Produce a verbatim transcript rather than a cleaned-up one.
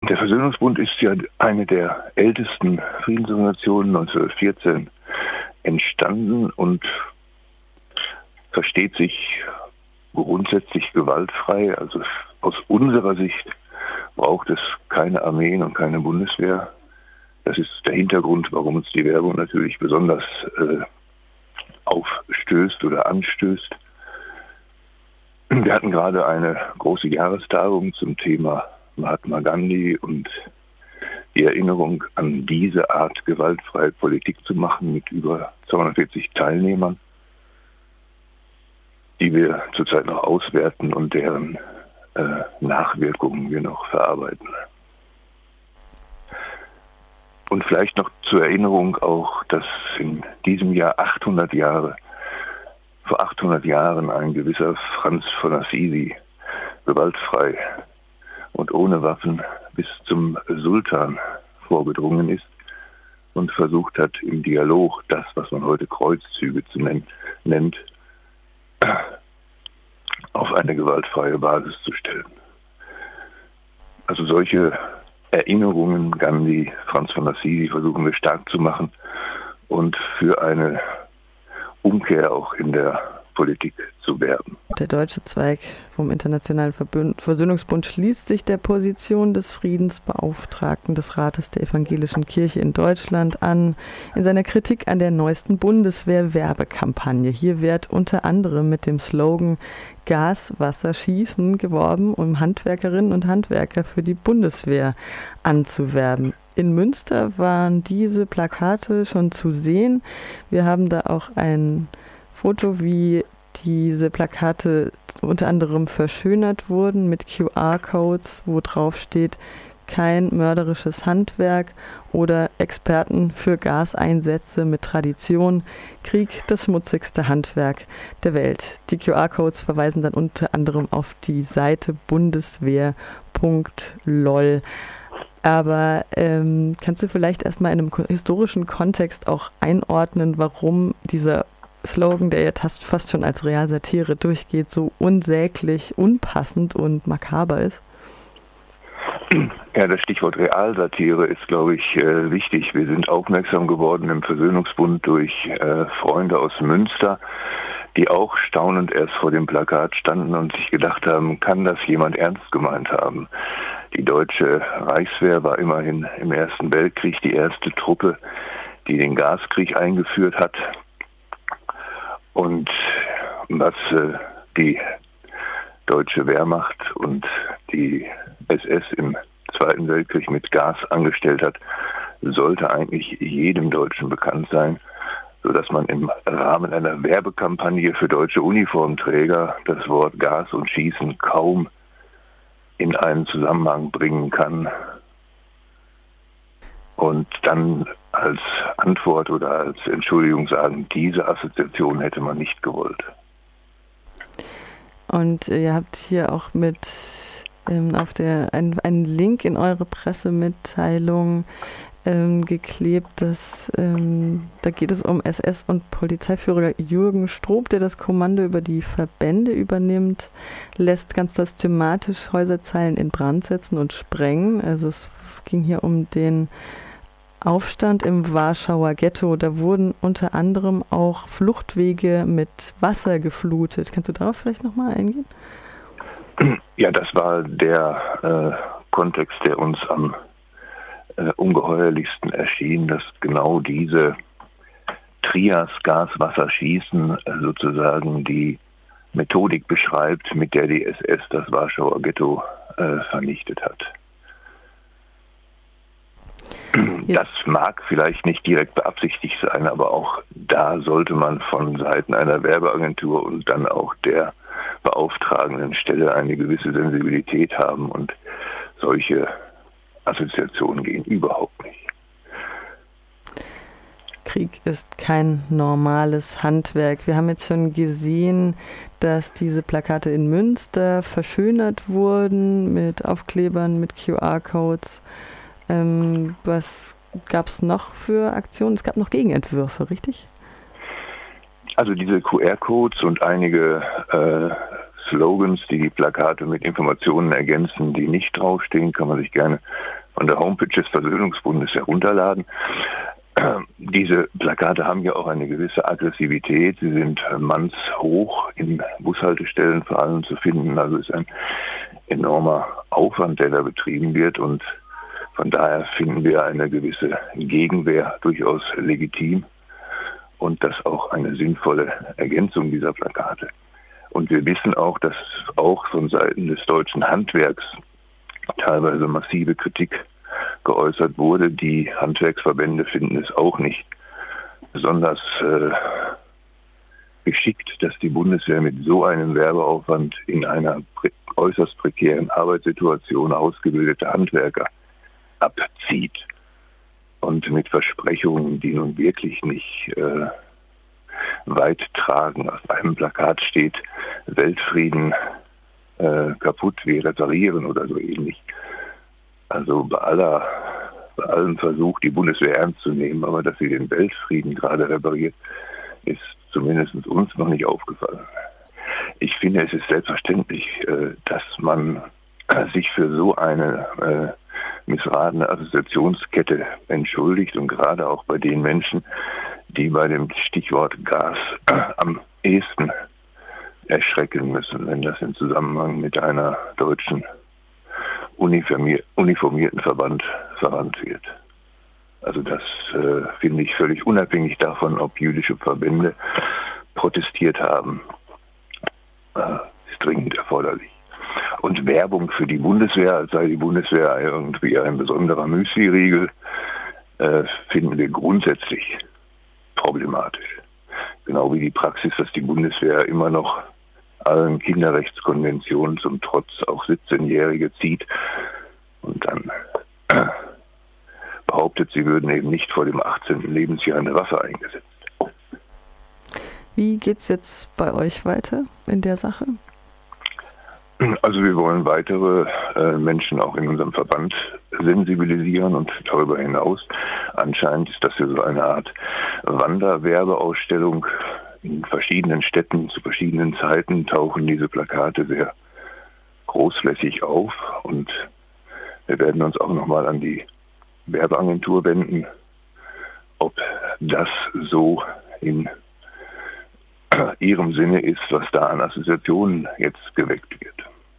Der Versöhnungsbund ist ja eine der ältesten Friedensorganisationen, neunzehnhundertvierzehn entstanden und versteht sich grundsätzlich gewaltfrei. Also aus unserer Sicht braucht es keine Armeen und keine Bundeswehr. Das ist der Hintergrund, warum uns die Werbung natürlich besonders äh, aufstößt oder anstößt. Wir hatten gerade eine große Jahrestagung zum Thema Mahatma Gandhi und die Erinnerung an diese Art gewaltfreie Politik zu machen mit über zweihundertvierzig Teilnehmern, die wir zurzeit noch auswerten und deren äh, Nachwirkungen wir noch verarbeiten. Und vielleicht noch zur Erinnerung auch, dass in diesem Jahr achthundert Jahre, vor achthundert Jahren ein gewisser Franz von Assisi gewaltfrei und ohne Waffen bis zum Sultan vorgedrungen ist und versucht hat, im Dialog das, was man heute Kreuzzüge zu nennen, nennt, auf eine gewaltfreie Basis zu stellen. Also solche Erinnerungen Gandhi, Franz von Assisi versuchen wir stark zu machen und für eine Umkehr auch in der Politik zu werben. Der deutsche Zweig vom Internationalen Verbünd- Versöhnungsbund schließt sich der Position des Friedensbeauftragten des Rates der Evangelischen Kirche in Deutschland an, in seiner Kritik an der neuesten Bundeswehr-Werbekampagne. Hier wird unter anderem mit dem Slogan Gas, Wasser, Schießen geworben, um Handwerkerinnen und Handwerker für die Bundeswehr anzuwerben. In Münster waren diese Plakate schon zu sehen. Wir haben da auch ein Foto, wie diese Plakate unter anderem verschönert wurden mit Q R-Codes, wo drauf steht, kein mörderisches Handwerk oder Experten für Gaseinsätze mit Tradition, Krieg, das schmutzigste Handwerk der Welt. Die Q R-Codes verweisen dann unter anderem auf die Seite bundeswehr punkt lol. Aber ähm, kannst du vielleicht erstmal in einem historischen Kontext auch einordnen, warum dieser Slogan, der ja fast schon als Realsatire durchgeht, so unsäglich, unpassend und makaber ist? Ja, das Stichwort Realsatire ist, glaube ich, äh, wichtig. Wir sind aufmerksam geworden im Versöhnungsbund durch äh, Freunde aus Münster, die auch staunend erst vor dem Plakat standen und sich gedacht haben, kann das jemand ernst gemeint haben? Die deutsche Reichswehr war immerhin im Ersten Weltkrieg die erste Truppe, die den Gaskrieg eingeführt hat. Und was äh, die deutsche Wehrmacht und die S S im Zweiten Weltkrieg mit Gas angestellt hat, sollte eigentlich jedem Deutschen bekannt sein, sodass man im Rahmen einer Werbekampagne für deutsche Uniformträger das Wort Gas und Schießen kaum in einen Zusammenhang bringen kann. Und dann als Antwort oder als Entschuldigung sagen, diese Assoziation hätte man nicht gewollt. Und ihr habt hier auch mit ähm, auf der einen, einen Link in eure Pressemitteilung ähm, geklebt, dass ähm, da geht es um S S- und Polizeiführer Jürgen Stroop, der das Kommando über die Verbände übernimmt, lässt ganz systematisch Häuserzeilen in Brand setzen und sprengen. Also es ging hier um den Aufstand im Warschauer Ghetto. Da wurden unter anderem auch Fluchtwege mit Wasser geflutet. Kannst du darauf vielleicht nochmal eingehen? Ja, das war der äh, Kontext, der uns am äh, ungeheuerlichsten erschien, dass genau diese Trias Gas, Wasser, Schießen äh, sozusagen die Methodik beschreibt, mit der die S S das Warschauer Ghetto äh, vernichtet hat. Das mag vielleicht nicht direkt beabsichtigt sein, aber auch da sollte man von Seiten einer Werbeagentur und dann auch der beauftragenden Stelle eine gewisse Sensibilität haben und solche Assoziationen gehen überhaupt nicht. Krieg ist kein normales Handwerk. Wir haben jetzt schon gesehen, dass diese Plakate in Münster verschönert wurden mit Aufklebern, mit Q R-Codes. Ähm, was gab es noch für Aktionen? Es gab noch Gegenentwürfe, richtig? Also diese Q R-Codes und einige äh, Slogans, die die Plakate mit Informationen ergänzen, die nicht draufstehen, kann man sich gerne von der Homepage des Versöhnungsbundes herunterladen. Diese Plakate haben ja auch eine gewisse Aggressivität. Sie sind mannshoch in Bushaltestellen vor allem zu finden. Also ist ein enormer Aufwand, der da betrieben wird. Und von daher finden wir eine gewisse Gegenwehr durchaus legitim und das auch eine sinnvolle Ergänzung dieser Plakate. Und wir wissen auch, dass auch von Seiten des deutschen Handwerks teilweise massive Kritik geäußert wurde. Die Handwerksverbände finden es auch nicht besonders äh, geschickt, dass die Bundeswehr mit so einem Werbeaufwand in einer prä- äußerst prekären Arbeitssituation ausgebildete Handwerker abzieht. Und mit Versprechungen, die nun wirklich nicht äh, weit tragen. Auf einem Plakat steht, Weltfrieden äh, kaputt, wir reparieren oder so ähnlich. Also bei aller, bei allem Versuch, die Bundeswehr ernst zu nehmen, aber dass sie den Weltfrieden gerade repariert, ist zumindest uns noch nicht aufgefallen. Ich finde, es ist selbstverständlich, äh, dass man äh, sich für so eine äh, missratene Assoziationskette entschuldigt und gerade auch bei den Menschen, die bei dem Stichwort Gas äh, am ehesten erschrecken müssen, wenn das im Zusammenhang mit einer deutschen uniformierten Verband verwandt wird. Also das äh, finde ich völlig unabhängig davon, ob jüdische Verbände protestiert haben, äh, ist dringend erforderlich. Und Werbung für die Bundeswehr, als sei die Bundeswehr irgendwie ein besonderer Müsli-Riegel, äh, finden wir grundsätzlich problematisch. Genau wie die Praxis, dass die Bundeswehr immer noch allen Kinderrechtskonventionen zum Trotz auch siebzehnjährige zieht und dann äh, behauptet, sie würden eben nicht vor dem achtzehnten Lebensjahr eine Waffe eingesetzt. Wie geht's jetzt bei euch weiter in der Sache? Also wir wollen weitere äh, Menschen auch in unserem Verband sensibilisieren und darüber hinaus. Anscheinend ist das ja so eine Art Wanderwerbeausstellung. In verschiedenen Städten zu verschiedenen Zeiten tauchen diese Plakate sehr großflächig auf und wir werden uns auch nochmal an die Werbeagentur wenden, ob das so in ihrem Sinne ist, was da an Assoziationen jetzt geweckt wird.